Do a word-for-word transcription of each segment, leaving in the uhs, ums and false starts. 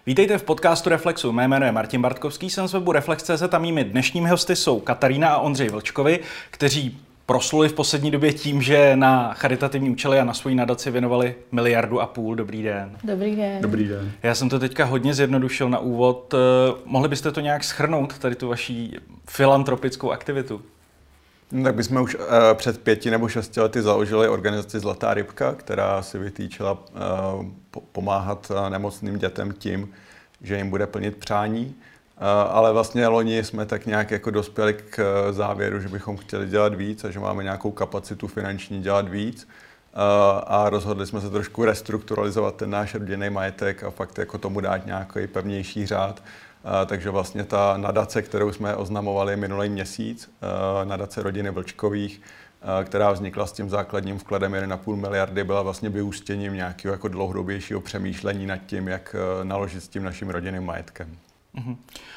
Vítejte v podcastu Reflexu. Mé jméno je Martin Bartkovský, jsem z webu Reflex tečka cé zet a mými dnešními hosty jsou Katarína a Ondřej Vlčkovi, kteří prosluli v poslední době tím, že na charitativní účely a na svoji nadaci věnovali miliardu a půl. Dobrý den. Dobrý den. Dobrý den. Já jsem to teďka hodně zjednodušil na úvod. Mohli byste to nějak shrnout, tady tu vaši filantropickou aktivitu? No, tak bychom už uh, před pěti nebo šesti lety založili organizaci Zlatá rybka, která si vytýčila uh, po- pomáhat uh, nemocným dětem tím, že jim bude plnit přání. Uh, ale vlastně loni jsme tak nějak jako dospěli k uh, závěru, že bychom chtěli dělat víc a že máme nějakou kapacitu finanční dělat víc. Uh, a rozhodli jsme se trošku restrukturalizovat ten náš rodinný majetek a fakt jako tomu dát nějaký pevnější řád. Uh, takže vlastně ta nadace, kterou jsme oznamovali minulý měsíc, uh, nadace rodiny Vlčkových, uh, která vznikla s tím základním vkladem jedna celá pět miliardy, byla vlastně vyústěním nějakého jako dlouhodobějšího přemýšlení nad tím, jak uh, naložit s tím naším rodinným majetkem. Uh-huh. Uh,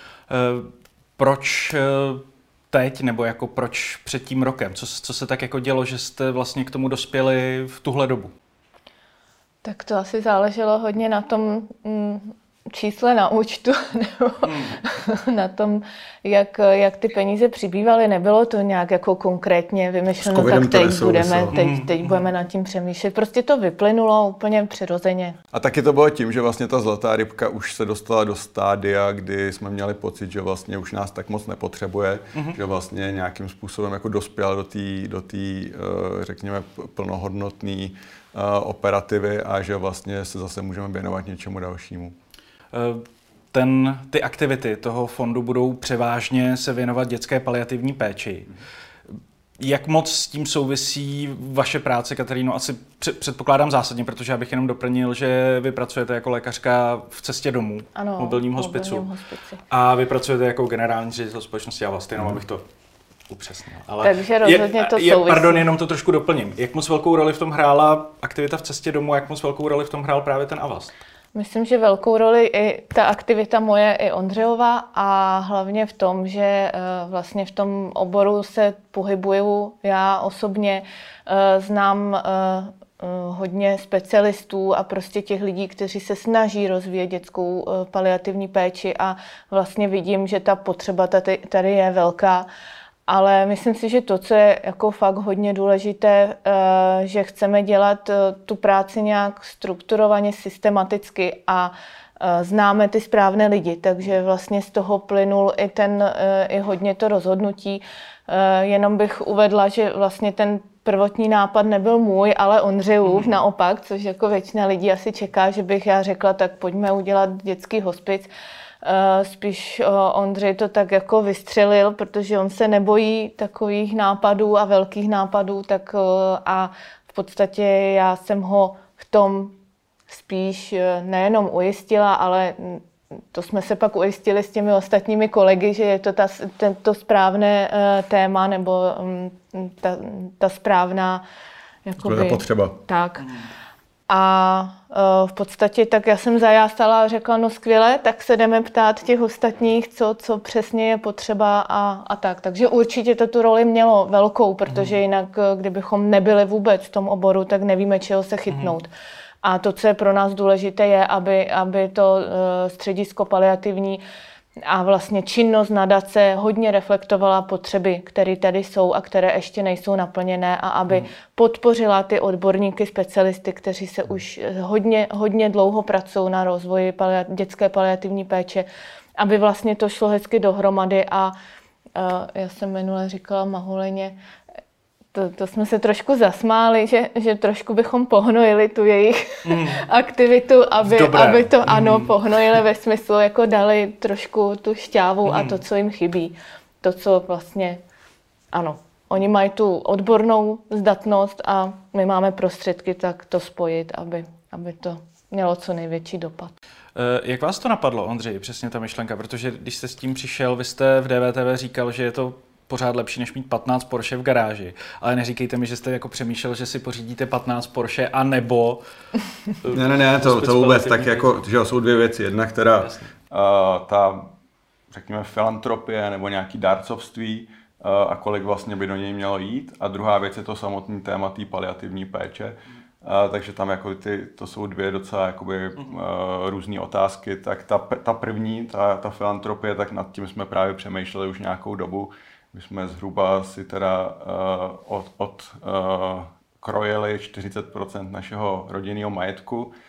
proč uh, teď, nebo jako proč před tím rokem? Co, co se tak jako dělo, že jste vlastně k tomu dospěli v tuhle dobu? Tak to asi záleželo hodně na tom mm, čísle na účtu, nebo hmm. na tom, jak, jak ty peníze přibývaly. Nebylo to nějak jako konkrétně vymyšleno, tak teď, budeme, teď, teď budeme nad tím přemýšlet. Prostě to vyplynulo úplně přirozeně. A taky to bylo tím, že vlastně ta Zlatá rybka už se dostala do stádia, kdy jsme měli pocit, že vlastně už nás tak moc nepotřebuje, hmm. že vlastně nějakým způsobem jako dospěla do té, do té, řekněme, plnohodnotné operativy a že vlastně se zase můžeme věnovat něčemu dalšímu. Ten, ty aktivity toho fondu budou převážně se věnovat dětské paliativní péči. Jak moc s tím souvisí vaše práce, Kataríno? Asi předpokládám zásadně, protože já bych jenom doplnil, že vy pracujete jako lékařka v cestě domů, ano, v mobilním hospicu. mobilním hospici. A vy pracujete jako generální ředitel společnosti Avast, jenom abych to upřesnil. Ale Takže rozhodně je, to je, souvisí. Pardon, jenom to trošku doplním. Jak moc velkou roli v tom hrála aktivita v cestě domů, jak moc velkou roli v tom hrál právě ten Avast? Myslím, že velkou roli i ta aktivita moje i Ondřejova a hlavně v tom, že vlastně v tom oboru se pohybuju já osobně, znám hodně specialistů a prostě těch lidí, kteří se snaží rozvíjet dětskou paliativní péči a vlastně vidím, že ta potřeba tady je velká. Ale myslím si, že to, co je jako fakt hodně důležité, že chceme dělat tu práci nějak strukturovaně, systematicky a známe ty správné lidi, takže vlastně z toho plynul i, ten, i hodně to rozhodnutí. Jenom bych uvedla, že vlastně ten prvotní nápad nebyl můj, ale Ondřejův naopak, což jako většina lidí asi čeká, že bych já řekla, tak pojďme udělat dětský hospic. Spíš Ondřej to tak jako vystřelil, protože on se nebojí takových nápadů a velkých nápadů, tak a v podstatě já jsem ho v tom spíš nejenom ujistila, ale to jsme se pak ujistili s těmi ostatními kolegy, že je to ta, to správné téma nebo ta, ta správná jakoby, potřeba. Tak. A v podstatě tak já jsem zajástala a řekla, no skvěle, tak se jdeme ptát těch ostatních, co, co přesně je potřeba a, a tak. Takže určitě to tu roli mělo velkou, protože jinak, kdybychom nebyli vůbec v tom oboru, tak nevíme, čeho se chytnout. A to, co je pro nás důležité, je, aby, aby to středisko paliativní a vlastně činnost nadace hodně reflektovala potřeby, které tady jsou a které ještě nejsou naplněné a aby hmm. podpořila ty odborníky, specialisty, kteří se už hodně, hodně dlouho pracují na rozvoji paliat, dětské paliativní péče, aby vlastně to šlo hezky dohromady a uh, já jsem minule říkala Mahuleně, To, to jsme se trošku zasmáli, že, že trošku bychom pohnojili tu jejich mm. aktivitu, aby, aby to ano, mm. pohnojili ve smyslu, jako dali trošku tu šťávu mm. a to, co jim chybí. To, co vlastně, ano, oni mají tu odbornou zdatnost a my máme prostředky, tak to spojit, aby, aby to mělo co největší dopad. Jak vás to napadlo, Ondřej, přesně ta myšlenka? Protože když jste s tím přišel, vy jste v D V T V říkal, že je to pořád lepší, než mít patnáct Porsche v garáži. Ale neříkejte mi, že jste jako přemýšlel, že si pořídíte patnáct Porsche a nebo... ne, ne, ne, to, to vůbec tak jako, že jsou dvě věci. Jedna, která uh, ta, řekněme, filantropie nebo nějaký dárcovství uh, a kolik vlastně by do něj mělo jít. A druhá věc je to samotný téma té paliativní péče. Uh, takže tam jako ty, to jsou dvě docela jakoby, uh, různé otázky. Tak ta, ta první, ta, ta filantropie, tak nad tím jsme právě přemýšleli už nějakou dobu. My jsme zhruba si teda uh, od, od uh, krojili čtyřicet procent našeho rodinného majetku. Uh,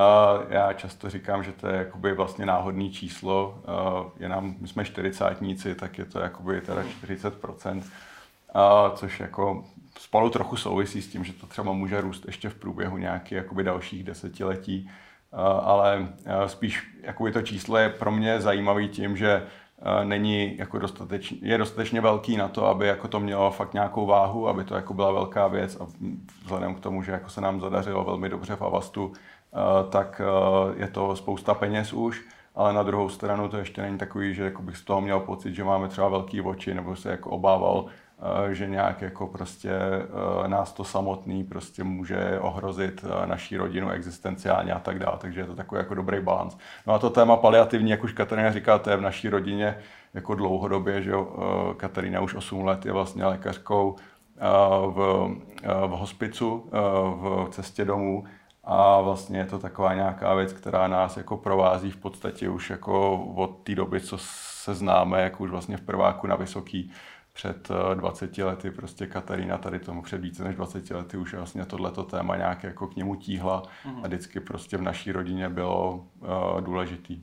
já často říkám, že to je jakoby vlastně náhodné číslo. Uh, je nám, my jsme čtyřicátníci, tak je to jakoby teda čtyřicet procent. Uh, což jako spolu trochu souvisí s tím, že to třeba může růst ještě v průběhu nějakých jakoby dalších desetiletí. Uh, ale uh, spíš jakoby to číslo je pro mě zajímavý tím, že není jako dostatečně, je dostatečně velký na to, aby jako to mělo fakt nějakou váhu, aby to jako byla velká věc a vzhledem k tomu, že jako se nám zadařilo velmi dobře v Avastu, tak je to spousta peněz už, ale na druhou stranu to ještě není takový, že jako bych z toho měl pocit, že máme třeba velký oči nebo se jako obával, že nějak jako prostě nás to samotný prostě může ohrozit naší rodinu existenciálně a tak dále, takže je to takový jako dobrý balans. No a to téma paliativní, jak už Kateřina říká, to je v naší rodině jako dlouhodobě, že jo, Kateřina už osm let je vlastně lékařkou v, v hospicu, v cestě domů a vlastně je to taková nějaká věc, která nás jako provází v podstatě už jako od té doby, co se známe, jako už vlastně v prváku na Vysoký. Před dvaceti lety prostě Kateřina tady tomu před více než dvaceti lety už vlastně tohleto téma nějak jako k němu tíhla a vždycky prostě v naší rodině bylo uh, důležitý.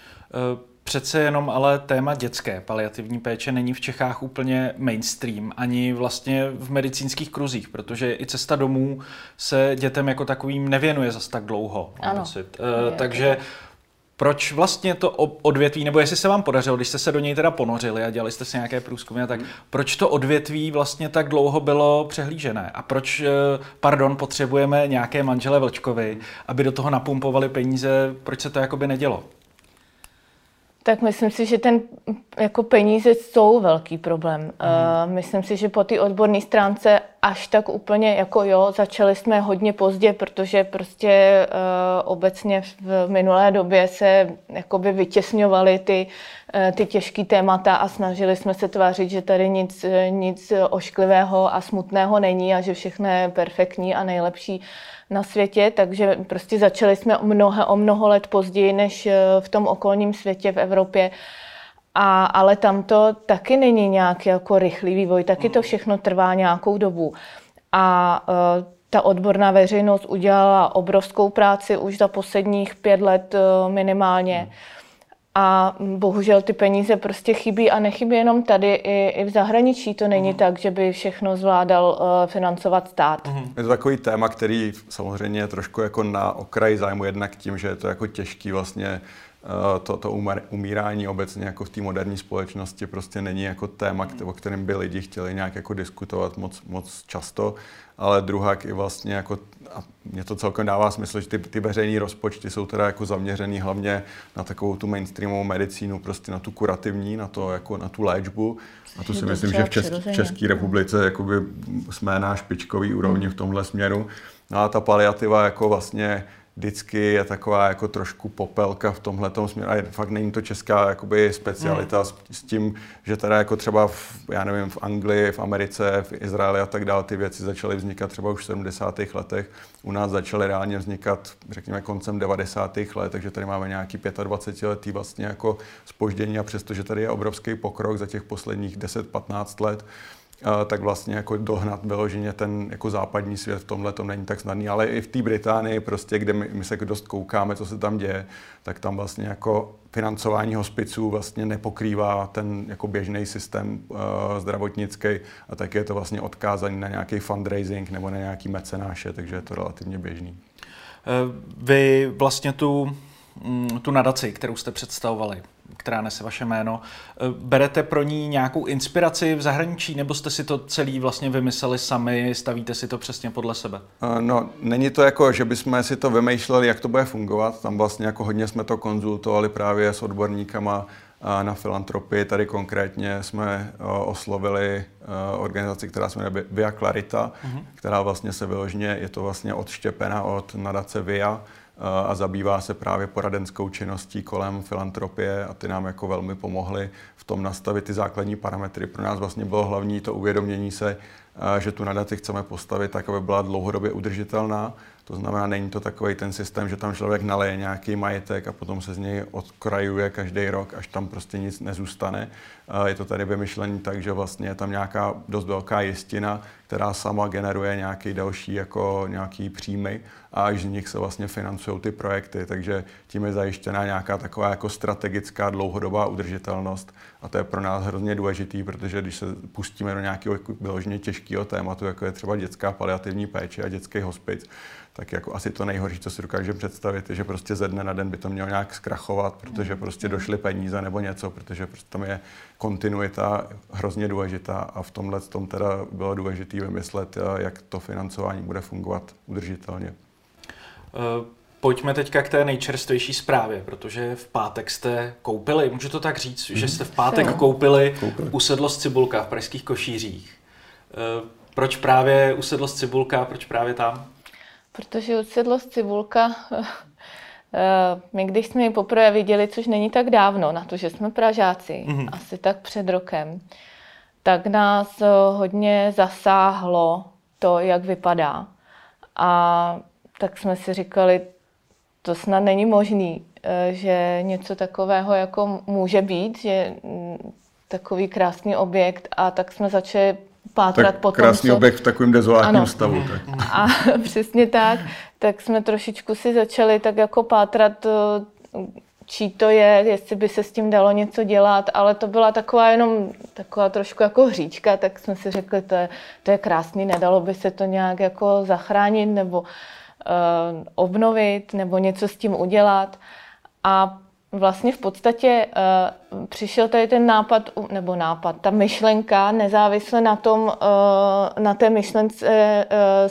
Přece jenom ale téma dětské paliativní péče není v Čechách úplně mainstream, ani vlastně v medicínských kruzích, protože i cesta domů se dětem jako takovým nevěnuje zas tak dlouho. Ano. Uh, takže proč vlastně to odvětví, nebo jestli se vám podařilo, když jste se do něj teda ponořili a dělali jste si nějaké průzkumy, tak proč to odvětví vlastně tak dlouho bylo přehlížené? A proč, pardon, potřebujeme nějaké manžele Vlčkovi, aby do toho napumpovali peníze, proč se to jakoby nedělo? Tak myslím si, že ten jako peníze jsou velký problém. Mm. Uh, myslím si, že po té odborné stránce až tak úplně jako jo, začali jsme hodně pozdě, protože prostě uh, obecně v minulé době se jakoby vytěsňovaly ty, uh, ty těžké témata a snažili jsme se tvářit, že tady nic, nic ošklivého a smutného není a že všechno je perfektní a nejlepší na světě, takže prostě začali jsme o mnoho, o mnoho let později než v tom okolním světě v Evropě. A, ale tam to taky není nějaký jako rychlý vývoj, taky to všechno trvá nějakou dobu. A uh, ta odborná veřejnost udělala obrovskou práci už za posledních pět let uh, minimálně. A bohužel ty peníze prostě chybí a nechybí jenom tady, i, i v zahraničí. To není mm. tak, že by všechno zvládal uh, financovat stát. Mm. Je to takový téma, který samozřejmě je trošku jako na okraji zájmu, jednak tím, že je to jako těžký vlastně uh, to, to umírání obecně jako v té moderní společnosti prostě není jako téma, mm. o kterém by lidi chtěli nějak jako diskutovat moc, moc často. Ale druhák i vlastně jako, a mně to celkem dává smysl, že ty, ty veřejné rozpočty jsou teda jako zaměřený hlavně na takovou tu mainstreamovou medicínu, prostě na tu kurativní, na to jako na tu léčbu. A to si myslím, že v, Česk, v České republice jakoby jsme na špičkový úrovni v tomhle směru. No a ta paliativa jako vlastně vždycky je taková jako trošku popelka v tomhletom směru. A fakt není to česká jakoby specialita hmm. s, s tím, že teda jako třeba v, já nevím, v Anglii, v Americe, v Izraeli a tak dále ty věci začaly vznikat třeba už v sedmdesátých letech. U nás začaly reálně vznikat, řekněme, koncem devadesátých let, takže tady máme nějaký dvacetiletý vlastně jako zpoždění a přestože tady je obrovský pokrok za těch posledních deset patnáct let, Uh, tak vlastně jako dohnat vyloženě ten jako západní svět v tomhle to není tak snadný, ale i v té Británii prostě, kde my, my se dost koukáme, co se tam děje, tak tam vlastně jako financování hospiců vlastně nepokrývá ten jako běžný systém uh, zdravotnický a tak je to vlastně odkázaný na nějaký fundraising nebo na nějaký mecenáše, takže je to relativně běžný. Vy vlastně tu, tu nadaci, kterou jste představovali, která nese vaše jméno, berete pro ní nějakou inspiraci v zahraničí, nebo jste si to celý vlastně vymysleli sami, stavíte si to přesně podle sebe? No, není to jako, že bychom si to vymýšleli, jak to bude fungovat. Tam vlastně jako hodně jsme to konzultovali právě s odborníkama na filantropii. Tady konkrétně jsme oslovili organizaci, která se jmenuje Via Clarita, uh-huh. která vlastně se vyloženě, je to vlastně odštěpena od nadace Via, a zabývá se právě poradenskou činností kolem filantropie a ty nám jako velmi pomohly v tom nastavit ty základní parametry. Pro nás vlastně bylo hlavní to uvědomění se, že tu nadaci chceme postavit tak, aby byla dlouhodobě udržitelná. To znamená, není to takový ten systém, že tam člověk naleje nějaký majetek a potom se z něj odkrajuje každý rok, až tam prostě nic nezůstane. Je to tady vymyšlení tak, že vlastně je tam nějaká dost velká jistina, která sama generuje nějaký další jako nějaký příjmy a až z nich se vlastně financují ty projekty, takže tím je zajištěná nějaká taková jako strategická dlouhodobá udržitelnost a to je pro nás hrozně důležitý, protože když se pustíme do nějakého vyloženě těžkého tématu, jako je třeba dětská paliativní péče a dětský hospic, tak jako asi to nejhorší, co si dokážeme představit, je, že prostě ze dne na den by to mělo nějak zkrachovat, protože prostě došly peníze nebo něco, protože prostě tam je kontinuita hrozně důležitá a v tomhle tom teda bylo důležité vymyslet, jak to financování bude fungovat udržitelně. Pojďme teďka k té nejčerstvější zprávě, protože v pátek jste koupili, můžu to tak říct, mm. že jste v pátek no. koupili, koupili usedlost Cibulka v pražských Košířích. Proč právě usedlost Cibulka, proč právě tam? Protože usedlost Cibulka, my když jsme ji poprvé viděli, což není tak dávno, na to, že jsme Pražáci, mm. asi tak před rokem, tak nás hodně zasáhlo to, jak vypadá. A tak jsme si říkali, to snad není možný, že něco takového jako může být, že takový krásný objekt a tak jsme začali pátrat po tom, krásný co... objekt v takovém dezolátním ano. stavu. Tak. A přesně tak, tak jsme trošičku si začali tak jako pátrat, čí to je, jestli by se s tím dalo něco dělat, ale to byla taková jenom taková trošku jako hříčka, tak jsme si řekli, to je, to je krásný, nedalo by se to nějak jako zachránit nebo uh, obnovit nebo něco s tím udělat. A vlastně v podstatě uh, přišel tady ten nápad, nebo nápad, ta myšlenka, nezávisle na tom, uh, na té myšlence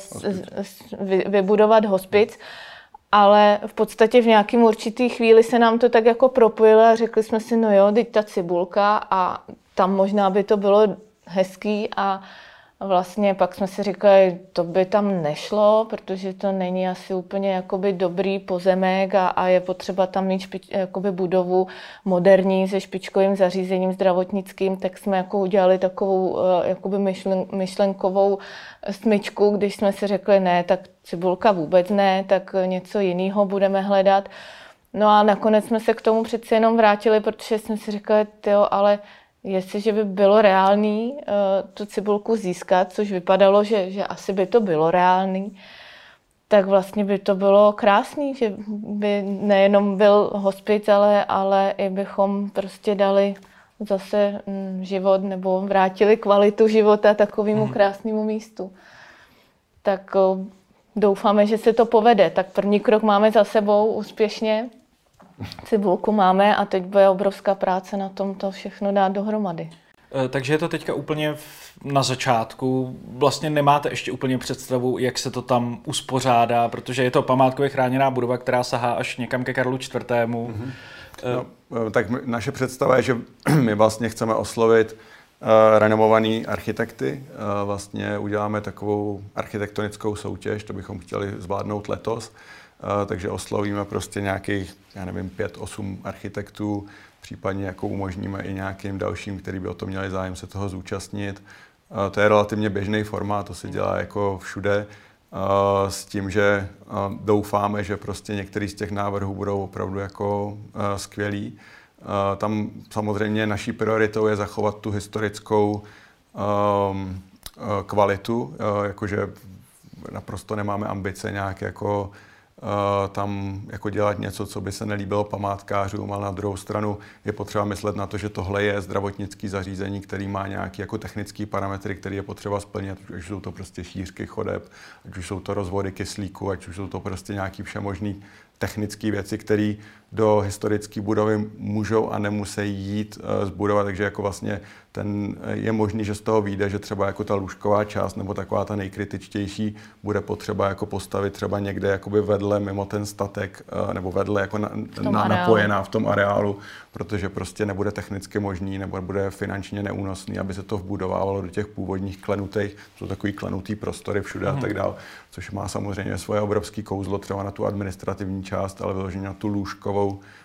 uh, vy, vybudovat hospic, ale v podstatě v nějakým určitý chvíli se nám to tak jako propojilo a řekli jsme si, no jo, teď ta Cibulka a tam možná by to bylo hezký a vlastně pak jsme si říkali, to by tam nešlo, protože to není asi úplně jakoby dobrý pozemek a, a je potřeba tam mít špič, jakoby budovu moderní se špičkovým zařízením zdravotnickým, tak jsme jako udělali takovou jakoby myšlen, myšlenkovou smyčku, když jsme si řekli, ne, tak Cibulka vůbec ne, tak něco jiného budeme hledat. No a nakonec jsme se k tomu přeci jenom vrátili, protože jsme si říkali, tyjo, ale jestliže by bylo reálný uh, tu Cibulku získat, což vypadalo, že, že asi by to bylo reálný, tak vlastně by to bylo krásný, že by nejenom byl hospic, ale, ale i bychom prostě dali zase mm, život nebo vrátili kvalitu života takovému mm. krásnému místu. Tak uh, doufáme, že se to povede. Tak první krok máme za sebou úspěšně. Cibulku máme a teď bude obrovská práce na tom to všechno dát dohromady. Takže je to teďka úplně na začátku. Vlastně nemáte ještě úplně představu, jak se to tam uspořádá, protože je to památkově chráněná budova, která sahá až někam ke Karlu čtvrtému. Mm-hmm. No, tak naše představa je, že my vlastně chceme oslovit uh, renomovaný architekty. Uh, vlastně uděláme takovou architektonickou soutěž, to bychom chtěli zvládnout letos. Uh, takže oslovíme prostě nějakých, já nevím, pět, osm architektů, případně jako umožníme i nějakým dalším, který by o to měli zájem se toho zúčastnit. Uh, to je relativně běžný formát, to se dělá jako všude, uh, s tím, že uh, doufáme, že prostě některý z těch návrhů budou opravdu jako uh, skvělý. Uh, tam samozřejmě naší prioritou je zachovat tu historickou um, uh, kvalitu, uh, jakože naprosto nemáme ambice nějak jako Uh, tam jako dělat něco, co by se nelíbilo památkářům, ale na druhou stranu je potřeba myslet na to, že tohle je zdravotnické zařízení, který má nějaké jako technické parametry, které je potřeba splnit, ať už jsou to prostě šířky chodeb, ať už jsou to rozvody kyslíku, ať už jsou to prostě nějaké všemožné technické věci, které do historické budovy můžou a nemusí jít uh, zbudovat, takže jako vlastně ten je možný, že z toho vyjde, že třeba jako ta lůžková část nebo taková ta nejkritičtější bude potřeba jako postavit třeba někde jakoby vedle mimo ten statek uh, nebo vedle jako na, na, napojená v tom areálu, protože prostě nebude technicky možný nebo bude finančně neúnosný, aby se to vbudovávalo do těch původních klenutých, jsou takový klenutý prostory všude hmm. a tak dál, což má samozřejmě svoje obrovský kouzlo třeba na tu administrativní část, ale vyloženě na tu lůžkovou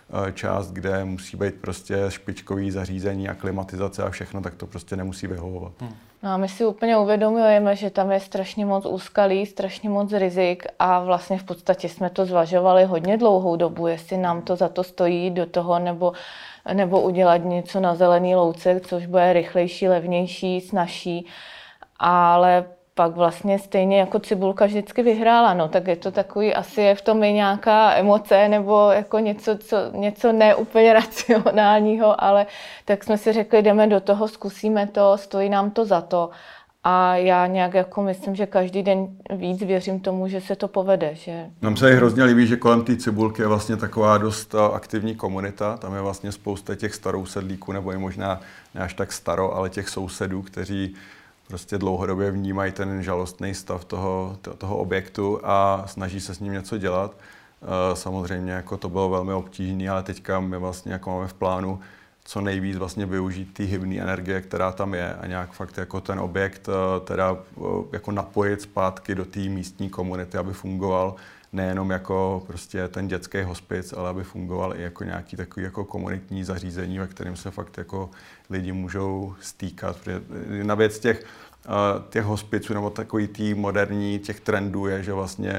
část, kde musí být prostě špičkový zařízení a klimatizace a všechno, tak to prostě nemusí vyhovovat. Hmm. No a my si úplně uvědomujeme, že tam je strašně moc úskalí, strašně moc rizik a vlastně v podstatě jsme to zvažovali hodně dlouhou dobu, jestli nám to za to stojí do toho, nebo, nebo udělat něco na zelený louce, což bude rychlejší, levnější, snazší, ale pak vlastně stejně jako Cibulka vždycky vyhrála, no tak je to takový, asi je v tom i nějaká emoce nebo jako něco, co, něco neúplně racionálního, ale tak jsme si řekli, jdeme do toho, zkusíme to, stojí nám to za to. A já nějak jako myslím, že každý den víc věřím tomu, že se to povede. Že... Nám se hrozně líbí, že kolem té Cibulky je vlastně taková dost aktivní komunita. Tam je vlastně spousta těch starousedlíků, nebo i možná ne až tak staro, ale těch sousedů, kteří prostě dlouhodobě vnímají ten žalostný stav toho, toho objektu a snaží se s ním něco dělat. Samozřejmě jako to bylo velmi obtížné, ale teďka my vlastně jako máme v plánu co nejvíc vlastně využít té hybné energie, která tam je a nějak fakt jako ten objekt teda jako napojit zpátky do té místní komunity, aby fungoval nejenom jako prostě ten dětský hospic, ale aby fungoval i jako nějaký takový jako komunitní zařízení, ve kterém se fakt jako lidi můžou stýkat. Protože na věc těch, těch hospiců nebo takový tý moderní těch trendů je, že vlastně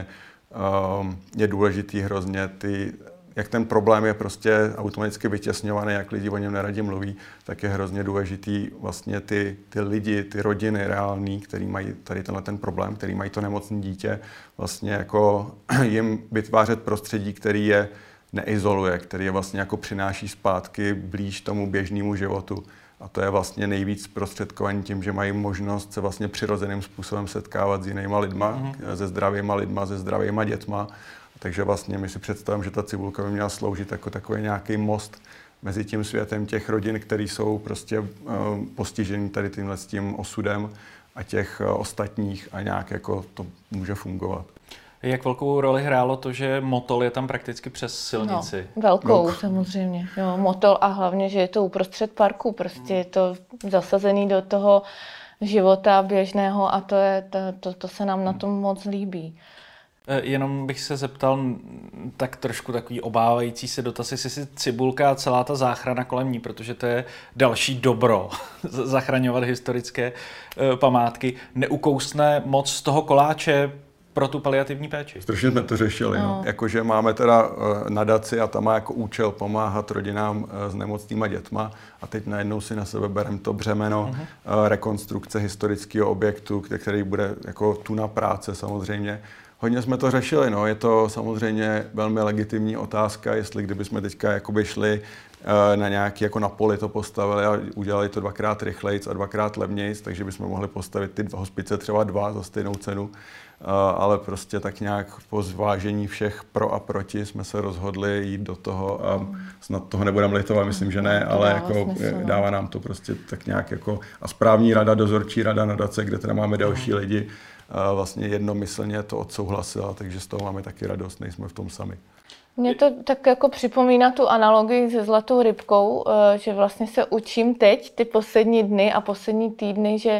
je důležitý hrozně ty, jak ten problém je prostě automaticky vytěsňovaný, jak lidi o něm neradi mluví, tak je hrozně důležitý vlastně ty, ty lidi, ty rodiny reální, který mají tady tenhle ten problém, který mají to nemocné dítě, vlastně jako jim vytvářet prostředí, který je neizoluje, který je vlastně jako přináší zpátky blíž tomu běžnému životu. A to je vlastně nejvíc zprostředkovaný tím, že mají možnost se vlastně přirozeným způsobem setkávat s jinýma lidma, mm-hmm. se zdravýma lidma, se zdravýma dětma. Takže vlastně my si představujeme, že ta Cibulka by měla sloužit jako takový nějaký most mezi tím světem těch rodin, který jsou prostě uh, postižený tady tímhle s tím osudem a těch uh, ostatních a nějak jako to může fungovat. Jak velkou roli hrálo to, že Motol je tam prakticky přes silnici? No, velkou no. samozřejmě. Jo, Motol a hlavně, že je to uprostřed parku, prostě je to zasazený do toho života běžného a to, je, to, to, to se nám na tom moc líbí. Jenom bych se zeptal tak trošku takový obávající se dotaz, jestli si Cibulka a celá ta záchrana kolem ní, protože to je další dobro, zachraňovat historické památky, neukousne moc z toho koláče pro tu paliativní péči. Strašně jsme to řešili. No. No. Jakože máme teda nadaci a ta má jako účel pomáhat rodinám s nemocnýma dětma a teď najednou si na sebe bereme to břemeno uh-huh. rekonstrukce historického objektu, který bude jako tuna práce samozřejmě. Hodně jsme to řešili, no. Je to samozřejmě velmi legitimní otázka, jestli kdybychom teďka jakoby šli na nějaký, jako na poli to postavili a udělali to dvakrát rychlejc a dvakrát levnějc, takže bychom mohli postavit ty hospice třeba dva za stejnou cenu. Ale prostě tak nějak po zvážení všech pro a proti jsme se rozhodli jít do toho a snad toho nebudeme litovat, myslím, že ne, ale jako dává nám to prostě tak nějak jako a správní rada, dozorčí rada nadace, kde teda máme další lidi, vlastně jednomyslně to odsouhlasila, takže z toho máme taky radost, nejsme v tom sami. Mně to tak jako připomíná tu analogii se zlatou rybkou, že vlastně se učím teď, ty poslední dny a poslední týdny, že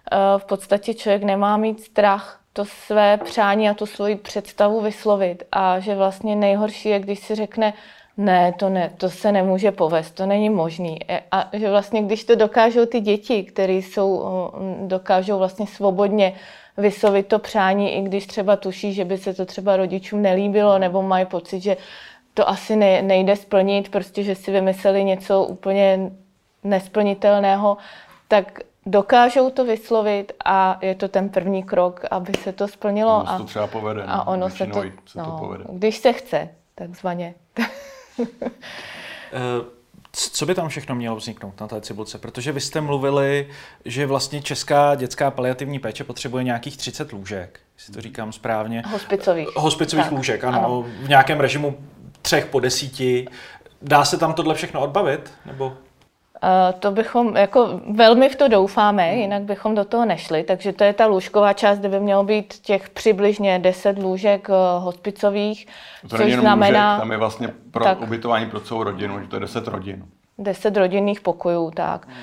v podstatě člověk nemá mít strach to své přání a tu svoji představu vyslovit a že vlastně nejhorší je, když si řekne, ne, to ne, to se nemůže povést, to není možný. A že vlastně, když to dokážou ty děti, které jsou, dokážou vlastně svobodně vyslovit to přání, i když třeba tuší, že by se to třeba rodičům nelíbilo, nebo mají pocit, že to asi ne, nejde splnit, prostě, že si vymysleli něco úplně nesplnitelného, tak dokážou to vyslovit a je to ten první krok, aby se to splnilo. Ono se to třeba povede. A ono se to, se to no, povede. Když se chce, takzvaně. Co by tam všechno mělo vzniknout na té Cibulce? Protože vy jste mluvili, že vlastně česká dětská paliativní péče potřebuje nějakých třicet lůžek, jestli to říkám správně. Hospicových. Hospicových tak, lůžek, ano, ano. V nějakém režimu třech po desíti. Dá se tam tohle všechno odbavit? Nebo? Uh, to bychom, jako velmi v to doufáme, hmm. jinak bychom do toho nešli, takže to je ta lůžková část, kde by mělo být těch přibližně deset lůžek uh, hospicových, to což znamená... Lůžek, tam je vlastně pro tak, ubytování pro celou rodinu, že to je deset rodin. deset rodinných pokojů, tak. Hmm.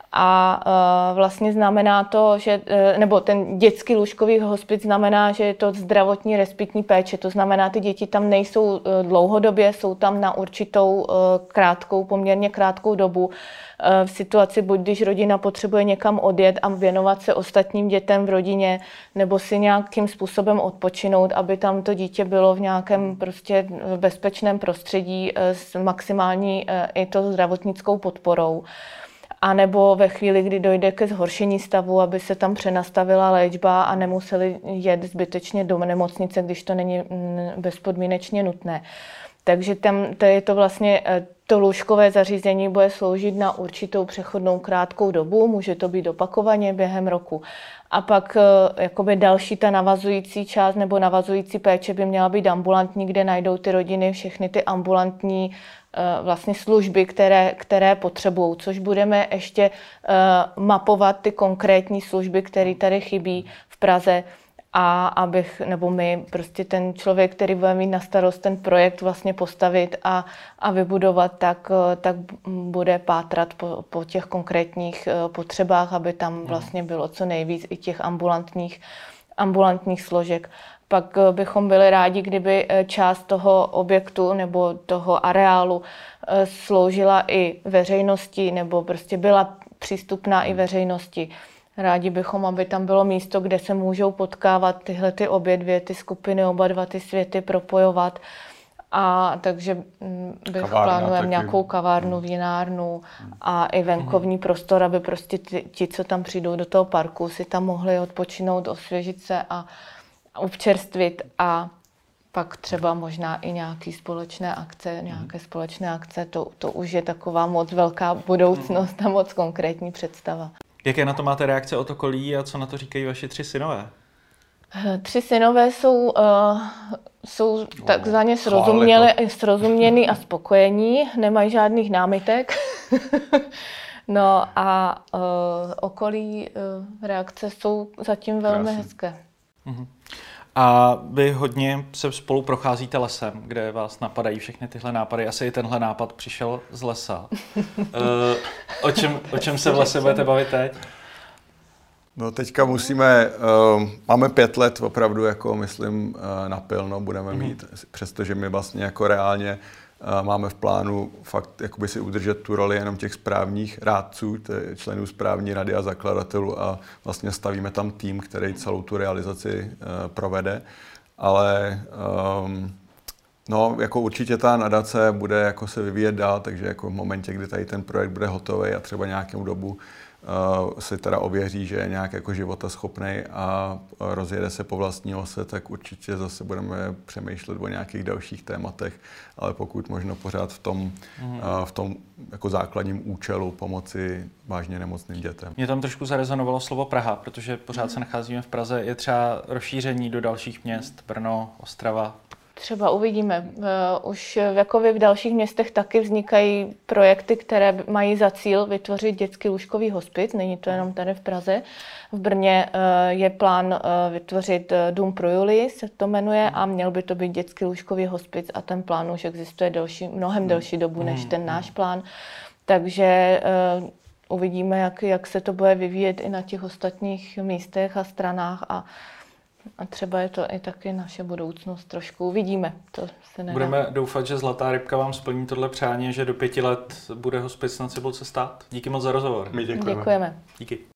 A uh, vlastně znamená to, že, uh, nebo ten dětský lůžkový hospic znamená, že je to zdravotní respitní péče, to znamená, ty děti tam nejsou uh, dlouhodobě, jsou tam na určitou uh, krátkou, poměrně krátkou dobu. Uh, v situaci, buď když rodina potřebuje někam odjet a věnovat se ostatním dětem v rodině, nebo si nějakým způsobem odpočinout, aby tam to dítě bylo v nějakém prostě bezpečném prostředí uh, s maximální uh, i to zdravotnickou podporou. A nebo ve chvíli, kdy dojde ke zhoršení stavu, aby se tam přenastavila léčba a nemuseli jet zbytečně do nemocnice, když to není bezpodmínečně nutné. Takže tam to je to vlastně, to lůžkové zařízení bude sloužit na určitou přechodnou krátkou dobu, může to být opakovaně během roku. A pak jakoby další ta navazující část nebo navazující péče by měla být ambulantní, kde najdou ty rodiny všechny ty ambulantní vlastně služby, které, které potřebují, což budeme ještě uh, mapovat ty konkrétní služby, které tady chybí v Praze, a abych, nebo my, prostě ten člověk, který bude mít na starost ten projekt vlastně postavit a, a vybudovat, tak, tak bude pátrat po, po těch konkrétních potřebách, aby tam vlastně bylo co nejvíc i těch ambulantních, ambulantních složek. Pak bychom byli rádi, kdyby část toho objektu nebo toho areálu sloužila i veřejnosti nebo prostě byla přístupná i veřejnosti. Rádi bychom, aby tam bylo místo, kde se můžou potkávat tyhle ty obě dvě ty skupiny, oba dva ty světy propojovat. A takže bych plánujeme nějakou kavárnu, vinárnu a i venkovní hmm. prostor, aby prostě ti, ti, co tam přijdou do toho parku, si tam mohli odpočinout, osvěžit se a občerstvit a pak třeba možná i nějaké společné akce, nějaké společné akce, to, to už je taková moc velká budoucnost a moc konkrétní představa. Jaké na to máte reakce od okolí a co na to říkají vaši tři synové? Tři synové jsou, uh, jsou takzvaně srozuměni a spokojení, nemají žádných námitek. No a uh, okolí uh, reakce jsou zatím velmi Krásný. hezké. Uh-huh. A vy hodně se spolu procházíte lesem, kde vás napadají všechny tyhle nápady. Asi i tenhle nápad přišel z lesa. uh, o, čem, o čem se v lese budete bavit teď? No teďka musíme, uh, máme pět let opravdu, jako myslím, uh, napilno budeme mít, mm. přestože my vlastně jako reálně uh, máme v plánu fakt jakoby si udržet tu roli jenom těch správních rádců, členů správní rady a zakladatelů a vlastně stavíme tam tým, který celou tu realizaci uh, provede, ale um, no, jako určitě ta nadace bude jako se vyvíjet dál, takže jako v momentě, kdy tady ten projekt bude hotový a třeba nějakou dobu Uh, si teda ověří, že je nějak jako životaschopnej a rozjede se po vlastní ose, tak určitě zase budeme přemýšlet o nějakých dalších tématech, ale pokud možno pořád v tom, mm. uh, v tom jako základním účelu pomoci vážně nemocným dětem. Mě tam trošku zarezonovalo slovo Praha, protože pořád mm. se nacházíme v Praze. Je třeba rozšíření do dalších měst, Brno, Ostrava? Třeba uvidíme. Už jako v dalších městech taky vznikají projekty, které mají za cíl vytvořit dětský lůžkový hospic. Není to jenom tady v Praze. V Brně je plán vytvořit Dům pro Julii, se to jmenuje, a měl by to být dětský lůžkový hospic a ten plán už existuje delší, mnohem delší dobu než ten náš plán. Takže uvidíme, jak, jak se to bude vyvíjet i na těch ostatních místech a stranách a A třeba je to i taky naše budoucnost. Trošku uvidíme. To se nedá. Budeme doufat, že Zlatá rybka vám splní tohle přání, že do pěti let bude hospic na Cibulce stát. Díky moc za rozhovor. My děkujeme. Děkujeme. Díky.